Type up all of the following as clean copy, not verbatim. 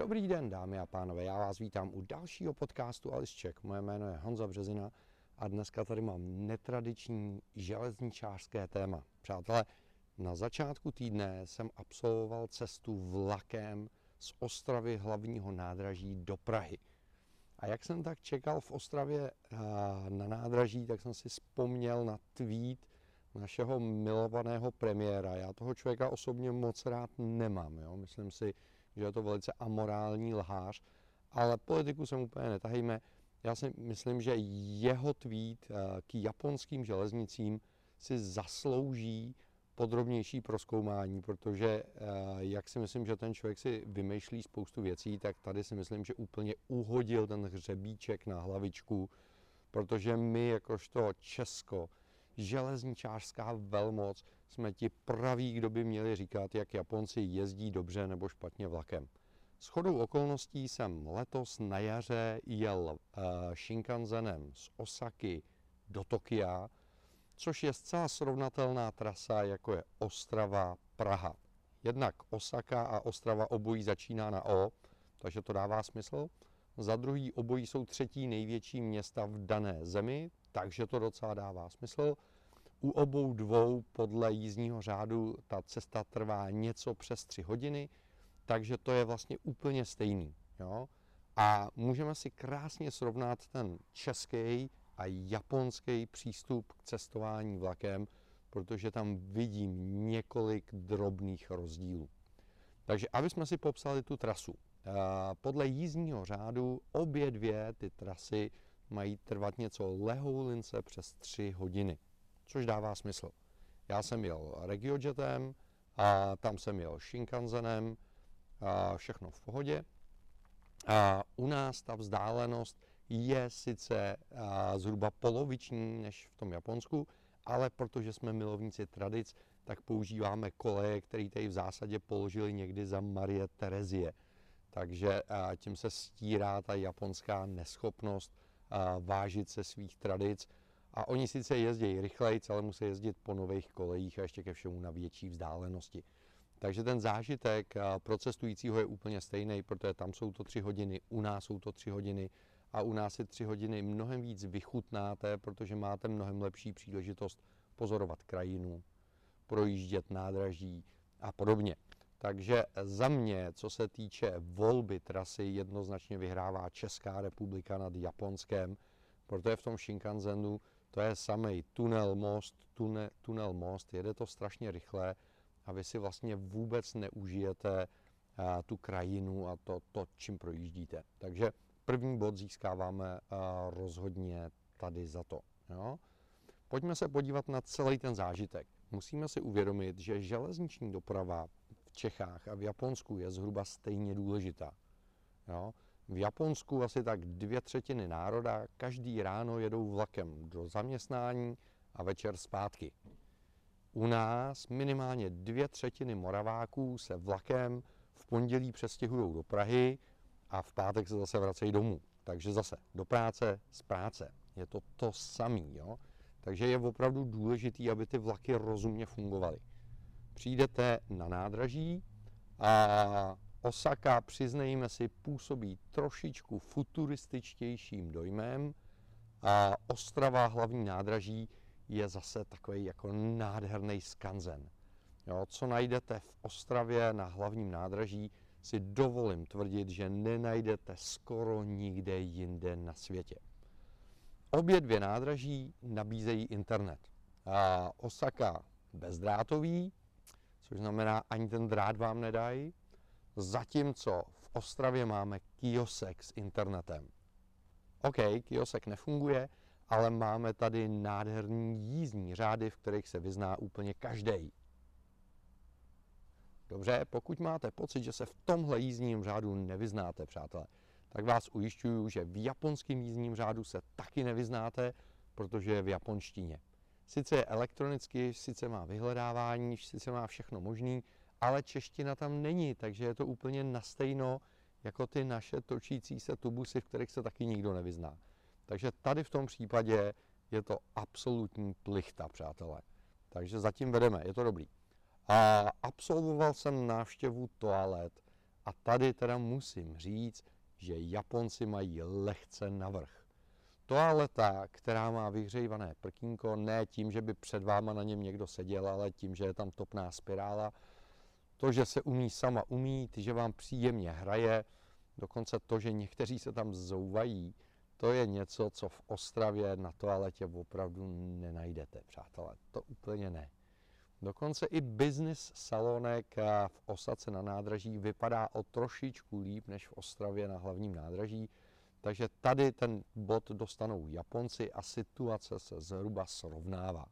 Dobrý den, dámy a pánové, já vás vítám u dalšího podcastu Alice Check. Moje jméno je Honza Březina a dneska tady mám netradiční železničářské téma. Přátelé, na začátku týdne jsem absolvoval cestu vlakem z Ostravy hlavního nádraží do Prahy. A jak jsem tak čekal v Ostravě na nádraží, tak jsem si vzpomněl na tweet našeho milovaného premiéra. Já toho člověka osobně moc rád nemám. Jo? Myslím si, že je to velice amorální lhář, ale politiku se úplně netahejme. Já si myslím, že jeho tweet k japonským železnicím si zaslouží podrobnější prozkoumání, protože jak si myslím, že ten člověk si vymýšlí spoustu věcí, tak tady si myslím, že úplně uhodil ten hřebíček na hlavičku, protože my jakožto Česko, železničářská velmoc, jsme ti praví, kdo by měli říkat, jak Japonci jezdí dobře nebo špatně vlakem. Shodou okolností jsem letos na jaře jel Shinkansenem z Osaky do Tokia, což je zcela srovnatelná trasa, jako je Ostrava-Praha. Jednak Osaka a Ostrava obojí začíná na O, takže to dává smysl. Za druhý obojí jsou třetí největší města v dané zemi, takže to docela dává smysl. U obou dvou podle jízdního řádu ta cesta trvá něco přes 3 hodiny, takže to je vlastně úplně stejný. Jo? A můžeme si krásně srovnat ten český a japonský přístup k cestování vlakem, protože tam vidím několik drobných rozdílů. Takže aby jsme si popsali tu trasu. Podle jízdního řádu obě dvě ty trasy mají trvat něco lehoulince přes 3 hodiny, což dává smysl. Já jsem jel RegioJetem a tam jsem jel Shinkansenem, všechno v pohodě. A u nás ta vzdálenost je sice zhruba poloviční než v tom Japonsku, ale protože jsme milovníci tradic, tak používáme koleje, které tady v zásadě položili někdy za Marie Terezie. Takže tím se stírá ta japonská neschopnost vážit se svých tradic. A oni sice jezdí rychleji, ale musí jezdit po nových kolejích a ještě ke všemu na větší vzdálenosti. Takže ten zážitek pro cestujícího je úplně stejný, protože tam jsou to 3 hodiny, u nás jsou to 3 hodiny a u nás si 3 hodiny mnohem víc vychutnáte, protože máte mnohem lepší příležitost pozorovat krajinu, projíždět nádraží a podobně. Takže za mě, co se týče volby trasy, jednoznačně vyhrává Česká republika nad Japonskem, protože v tom Shinkansenu to je samej tunel, most, jede to strašně rychle a vy si vlastně vůbec neužijete tu krajinu a to, čím projíždíte. Takže první bod získáváme rozhodně tady za to. Jo? Pojďme se podívat na celý ten zážitek. Musíme si uvědomit, že železniční doprava v Čechách a v Japonsku je zhruba stejně důležitá. Jo? V Japonsku asi tak 2/3 národa každý ráno jedou vlakem do zaměstnání a večer zpátky. U nás minimálně 2/3 Moraváků se vlakem v pondělí přestěhují do Prahy a v pátek se zase vracejí domů. Takže zase do práce, z práce. Je to to samý. Jo? Takže je opravdu důležité, aby ty vlaky rozumně fungovaly. Přijdete na nádraží a Osaka, přiznejme si, působí trošičku futurističtějším dojmem a Ostrava, hlavní nádraží, je zase takový jako nádherný skanzen. Jo, co najdete v Ostravě na hlavním nádraží, si dovolím tvrdit, že nenajdete skoro nikde jinde na světě. Obě dvě nádraží nabízejí internet. Osaka bezdrátový, což znamená, ani ten drát vám nedají, zatímco v Ostravě máme kiosek s internetem. OK, kiosek nefunguje, ale máme tady nádherný jízdní řády, v kterých se vyzná úplně každý. Dobře, pokud máte pocit, že se v tomhle jízdním řádu nevyznáte, přátelé, tak vás ujišťuju, že v japonském jízdním řádu se taky nevyznáte, protože je v japonštině. Sice je elektronicky, sice má vyhledávání, sice má všechno možný, ale čeština tam není, takže je to úplně nastejno jako ty naše točící se tubusy, v kterých se taky nikdo nevyzná. Takže tady v tom případě je to absolutní plichta, přátelé. Takže zatím vedeme, je to dobrý. A absolvoval jsem návštěvu toalet A tady teda musím říct, že Japonci mají lehce navrch. Toaleta, která má vyhřejvané prkínko, ne tím, že by před váma na něm někdo seděl, ale tím, že je tam topná spirála. To, že se umí sama umýt, že vám příjemně hraje, dokonce to, že někteří se tam zouvají, to je něco, co v Ostravě na toaletě opravdu nenajdete, přátelé. To úplně ne. Dokonce i business salonek v Osadce na nádraží vypadá o trošičku líp než v Ostravě na hlavním nádraží. Takže tady ten bod dostanou Japonci a situace se zhruba srovnává.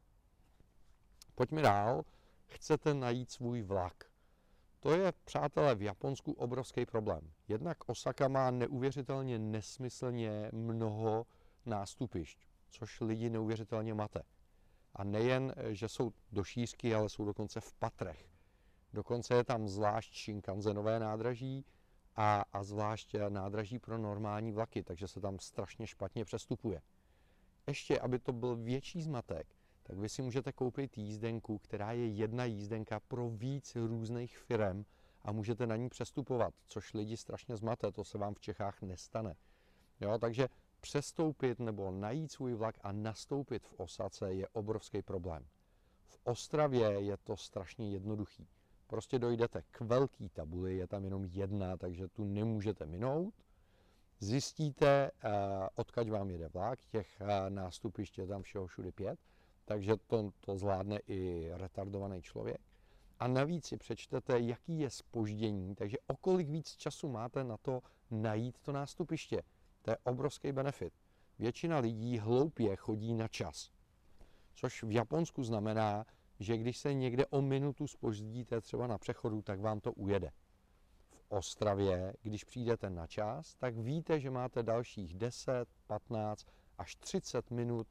Pojďme dál. Chcete najít svůj vlak. To je, přátelé, v Japonsku obrovský problém. Jednak Osaka má neuvěřitelně nesmyslně mnoho nástupišť, což lidi neuvěřitelně mate. A nejen, že jsou do šířky, ale jsou dokonce v patrech. Dokonce je tam zvlášť Shinkansenové nádraží a zvlášť nádraží pro normální vlaky, takže se tam strašně špatně přestupuje. Ještě, aby to byl větší zmatek, tak vy si můžete koupit jízdenku, která je jedna jízdenka pro víc různých firem a můžete na ní přestupovat, což lidi strašně zmate, to se vám v Čechách nestane. Jo, takže přestoupit nebo najít svůj vlak a nastoupit v Osace je obrovský problém. V Ostravě je to strašně jednoduchý. Prostě dojdete k velký tabuli, je tam jenom jedna, takže tu nemůžete minout. Zjistíte, odkud vám jede vlak, těch nástupišť je tam všeho všude 5, takže to zvládne i retardovaný člověk. A navíc si přečtete, jaký je zpoždění, takže o kolik víc času máte na to najít to nástupiště. To je obrovský benefit. Většina lidí hloupě chodí na čas. Což v Japonsku znamená, že když se někde o minutu zpozdíte třeba na přechodu, tak vám to ujede. V Ostravě, když přijdete na čas, tak víte, že máte dalších 10, 15 až 30 minut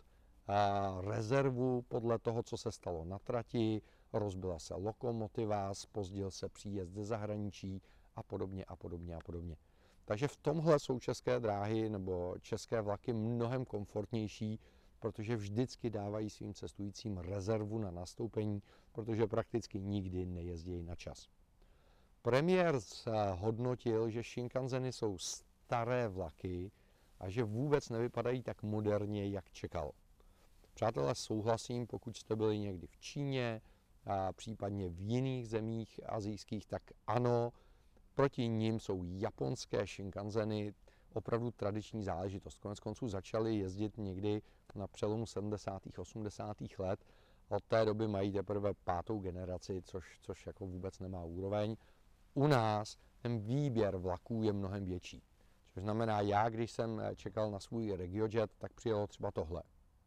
rezervu podle toho, co se stalo na trati, rozbila se lokomotiva, zpozdil se příjezd ze zahraničí a podobně a podobně a podobně. Takže v tomhle jsou české dráhy nebo české vlaky mnohem komfortnější, protože vždycky dávají svým cestujícím rezervu na nastoupení, protože prakticky nikdy nejezdí na čas. Premiér hodnotil, že Shinkanseny jsou staré vlaky a že vůbec nevypadají tak moderně, jak čekal. Přátelé, souhlasím, pokud jste byli někdy v Číně a případně v jiných zemích asijských, tak ano, proti nim jsou japonské Shinkanseny opravdu tradiční záležitost. Konec konců začali jezdit někdy na přelomu 70. 80. let. Od té doby mají teprve 5. generaci, což jako vůbec nemá úroveň. U nás ten výběr vlaků je mnohem větší. Což znamená, já, když jsem čekal na svůj RegioJet, tak přijelo třeba tohle.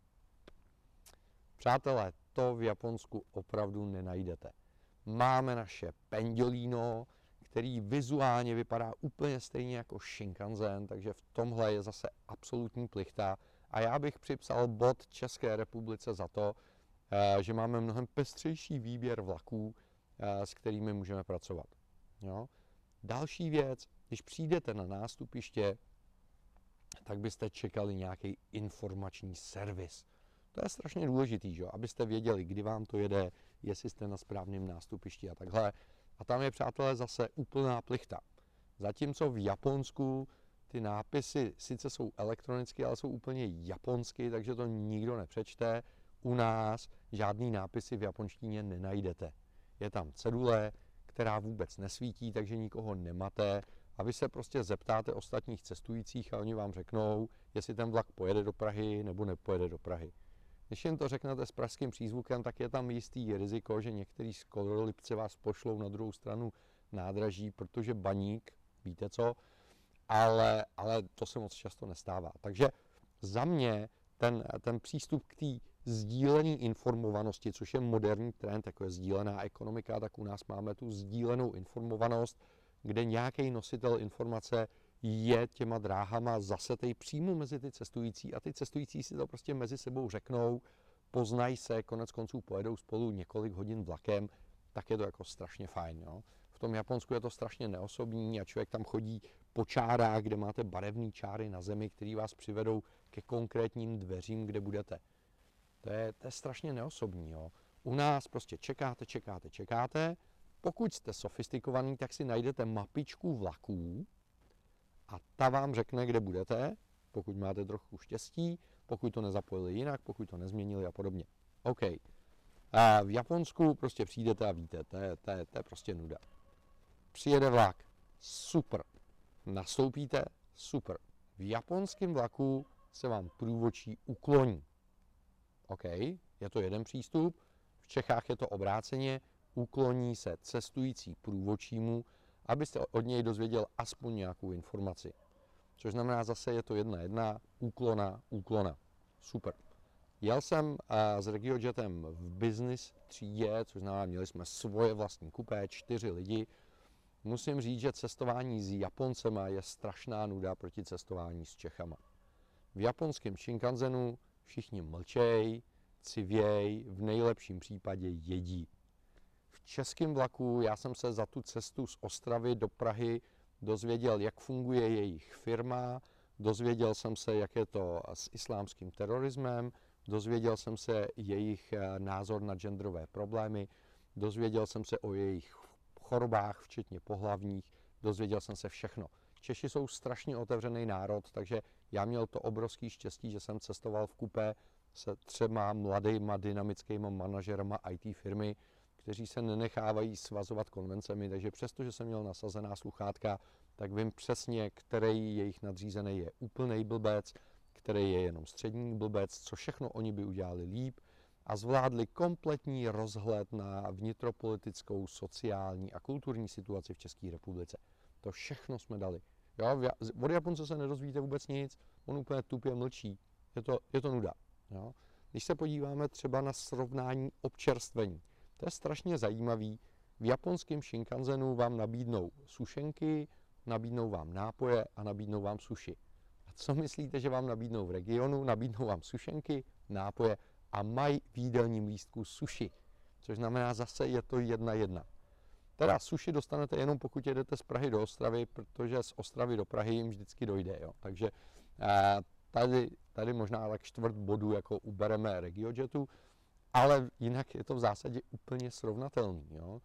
Přátelé, to v Japonsku opravdu nenajdete. Máme naše Pendolino, který vizuálně vypadá úplně stejně jako Shinkansen, takže v tomhle je zase absolutní plichta. A já bych připsal bod České republice za to, že máme mnohem pestřejší výběr vlaků, s kterými můžeme pracovat. Jo? Další věc, když přijdete na nástupiště, tak byste čekali nějaký informační servis. To je strašně důležitý, že? Abyste věděli, kdy vám to jede, jestli jste na správném nástupišti a takhle. A tam je, přátelé, zase úplná plichta. Zatímco v Japonsku ty nápisy sice jsou elektronicky, ale jsou úplně japonsky, takže to nikdo nepřečte. U nás žádný nápisy v japonštině nenajdete. Je tam cedule, která vůbec nesvítí, takže nikoho nemate. A vy se prostě zeptáte ostatních cestujících a oni vám řeknou, jestli ten vlak pojede do Prahy nebo nepojede do Prahy. Když jim to řeknete s pražským přízvukem, tak je tam jistý riziko, že některý skololipci vás pošlou na druhou stranu nádraží, protože Baník, víte co, ale to se moc často nestává. Takže za mě ten přístup k té sdílené informovanosti, což je moderní trend, jako je sdílená ekonomika, tak u nás máme tu sdílenou informovanost, kde nějaký nositel informace je těma dráhama zasetej přímo mezi ty cestující a ty cestující si to prostě mezi sebou řeknou, poznají se, konec konců pojedou spolu několik hodin vlakem, tak je to jako strašně fajn. Jo? V tom Japonsku je to strašně neosobní a člověk tam chodí po čárách, kde máte barevné čáry na zemi, které vás přivedou ke konkrétním dveřím, kde budete. To je strašně neosobní. Jo? U nás prostě čekáte Pokud jste sofistikovaný, tak si najdete mapičku vlaků a ta vám řekne, kde budete, pokud máte trochu štěstí, pokud to nezapojili jinak, pokud to nezměnili a podobně. OK. A v Japonsku prostě přijdete a víte, to je prostě nuda. Přijede vlak, super. Nastoupíte, super. V japonském vlaku se vám průvodčí ukloní. OK, je to jeden přístup. V Čechách je to obráceně, ukloní se cestující průvodčímu, abyste od něj dozvěděl aspoň nějakou informaci. Což znamená zase je to 1:1, úklona. Super. Jel jsem s RegioJetem v business třídě, což znamená, měli jsme svoje vlastní kupé, 4 lidi. Musím říct, že cestování s Japoncema je strašná nuda proti cestování s Čechama. V japonském Shinkanzenu všichni mlčej, civěj, v nejlepším případě jedí. V českém vlaku já jsem se za tu cestu z Ostravy do Prahy dozvěděl, jak funguje jejich firma, dozvěděl jsem se, jak je to s islámským terorismem, dozvěděl jsem se jejich názor na genderové problémy, dozvěděl jsem se o jejich chorobách, včetně pohlavních, dozvěděl jsem se všechno. Češi jsou strašně otevřený národ, takže já měl to obrovský štěstí, že jsem cestoval v kupé se 3 mladýma dynamickými manažerama IT firmy, kteří se nenechávají svazovat konvencemi, takže přesto, že jsem měl nasazená sluchátka, tak vím přesně, který jejich nadřízený je úplnej blbec, který je jenom střední blbec, co všechno oni by udělali líp a zvládli kompletní rozhled na vnitropolitickou, sociální a kulturní situaci v České republice. To všechno jsme dali. Jo, od Japonce se nedozvíte vůbec nic, on úplně tupě mlčí. Je to nuda. Jo. Když se podíváme třeba na srovnání občerstvení, to je strašně zajímavý. V japonském Shinkanzenu vám nabídnou sušenky, nabídnou vám nápoje a nabídnou vám sushi. A co myslíte, že vám nabídnou v regionu? Nabídnou vám sušenky, nápoje a mají v jídelním lístku sushi. Což znamená zase je to 1:1. Teda sushi dostanete jenom pokud jedete z Prahy do Ostravy, protože z Ostravy do Prahy jim vždycky dojde. Jo. Takže tady možná tak 1/4 bodu jako ubereme RegioJetu, ale jinak je to v zásadě úplně srovnatelný. Jo.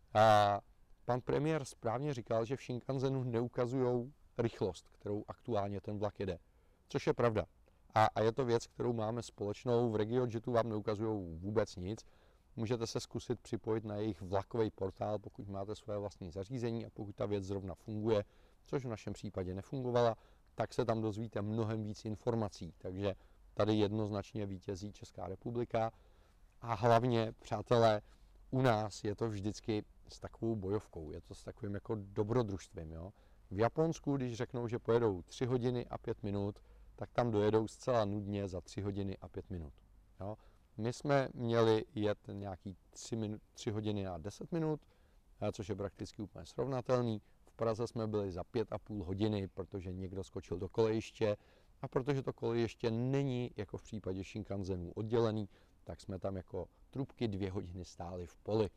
A pan premiér správně říkal, že v Shinkanzenu neukazují rychlost, kterou aktuálně ten vlak jede. Což je pravda. A je to věc, kterou máme společnou. V RegioJetu vám neukazují vůbec nic. Můžete se zkusit připojit na jejich vlakový portál, pokud máte své vlastní zařízení a pokud ta věc zrovna funguje, což v našem případě nefungovala, tak se tam dozvíte mnohem víc informací. Takže tady jednoznačně vítězí Česká republika. A hlavně, přátelé, u nás je to vždycky s takovou bojovkou, je to s takovým jako dobrodružstvím. Jo? V Japonsku, když řeknou, že pojedou 3 hodiny a 5 minut, tak tam dojedou zcela nudně za 3 hodiny a 5 minut. Jo? My jsme měli jet nějaký 3 hodiny a 10 minut, což je prakticky úplně srovnatelný. V Praze jsme byli za 5,5 hodiny, protože někdo skočil do kolejiště a protože to kolejiště není jako v případě Shinkanzenů oddělený, tak jsme tam jako trubky 2 hodiny stáli v poli.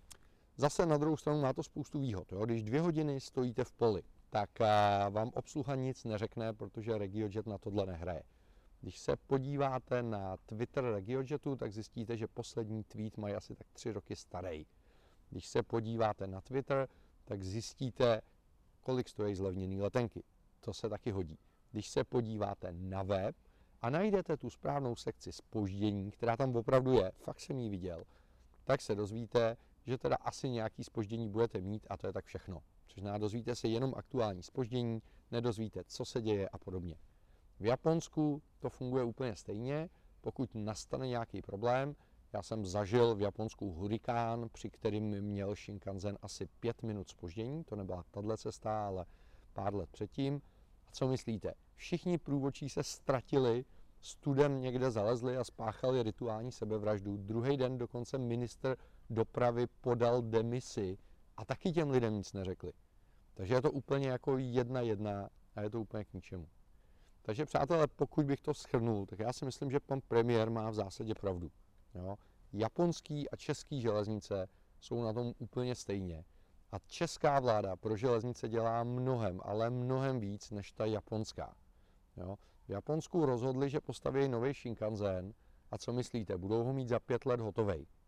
Zase na druhou stranu má to spoustu výhod. Jo? Když 2 hodiny stojíte v poli, tak vám obsluha nic neřekne, protože RegioJet na tohle nehraje. Když se podíváte na Twitter RegioJetu, tak zjistíte, že poslední tweet mají asi tak 3 roky starý. Když se podíváte na Twitter, tak zjistíte, kolik stojí zlevněné letenky. To se taky hodí. Když se podíváte na web a najdete tu správnou sekci zpoždění, která tam opravdu je, fakt jsem ji viděl, tak se dozvíte, že teda asi nějaký zpoždění budete mít a to je tak všechno. Což znamená, dozvíte se jenom aktuální zpoždění, nedozvíte, co se děje a podobně. V Japonsku to funguje úplně stejně, pokud nastane nějaký problém. Já jsem zažil v Japonsku hurikán, při kterým měl Shinkansen asi 5 minut zpoždění, to nebyla tato cesta, ale pár let předtím. A co myslíte? Všichni průvodčí se ztratili, studem někde zalezli a spáchali rituální sebevraždu. Druhý den dokonce ministr dopravy podal demisi a taky těm lidem nic neřekli. Takže je to úplně jako 1:1 a je to úplně k ničemu. Takže přátelé, pokud bych to shrnul, tak já si myslím, že pan premiér má v zásadě pravdu. Jo? Japonský a český železnice jsou na tom úplně stejně. A česká vláda pro železnice dělá mnohem, ale mnohem víc než ta japonská. Jo? V Japonsku rozhodli, že postaví nový Shinkansen a co myslíte, budou ho mít za 5 let hotovej.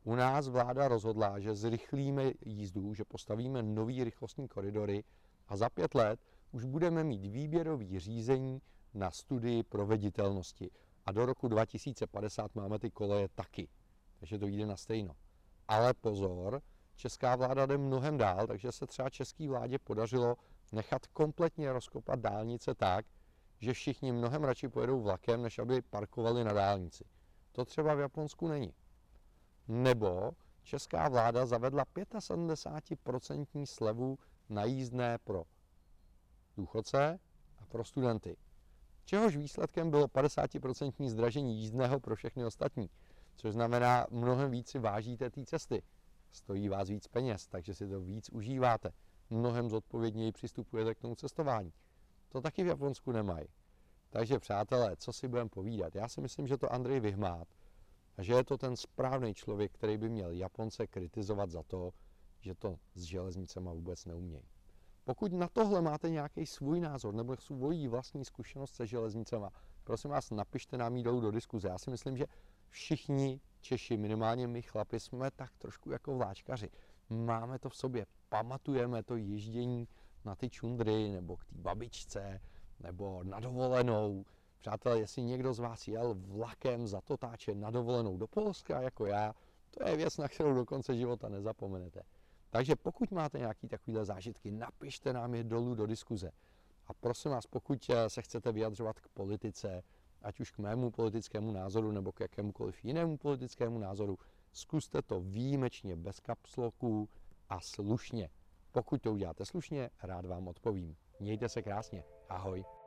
U nás vláda rozhodla, že zrychlíme jízdu, že postavíme nový rychlostní koridory a za 5 let už budeme mít výběrový řízení na studii proveditelnosti. A do roku 2050 máme ty koleje taky. Takže to jde na stejno. Ale pozor, česká vláda jde mnohem dál, takže se třeba české vládě podařilo nechat kompletně rozkopat dálnice tak, že všichni mnohem radši pojedou vlakem, než aby parkovali na dálnici. To třeba v Japonsku není. Nebo česká vláda zavedla 75% slevu na jízdné pro důchodce a pro studenty. Čehož výsledkem bylo 50% zdražení jízdného pro všechny ostatní. Což znamená, mnohem víc si vážíte té cesty. Stojí vás víc peněz, takže si to víc užíváte. Mnohem zodpovědněji přistupujete k tomu cestování. To taky v Japonsku nemají. Takže přátelé, co si budeme povídat? Já si myslím, že to Andrej Vyhmát a že je to ten správný člověk, který by měl Japonce kritizovat za to, že to s železnicema vůbec neumějí. Pokud na tohle máte nějaký svůj názor nebo svoji vlastní zkušenost se železnicema, prosím vás, napište nám ji dolů do diskuze. Já si myslím, že všichni Češi, minimálně my chlapi, jsme tak trošku jako vláčkaři. Máme to v sobě, pamatujeme to ježdění na ty čundry nebo k té babičce nebo na dovolenou. Přátelé, jestli někdo z vás jel vlakem za Totáče na dovolenou do Polska jako já, to je věc, na kterou do konce života nezapomenete. Takže pokud máte nějaké takovéhle zážitky, napište nám je dolů do diskuze. A prosím vás, pokud se chcete vyjadřovat k politice, ať už k mému politickému názoru nebo k jakémukoliv jinému politickému názoru, zkuste to výjimečně bez kapsloků a slušně. Pokud to uděláte slušně, rád vám odpovím. Mějte se krásně. Ahoj.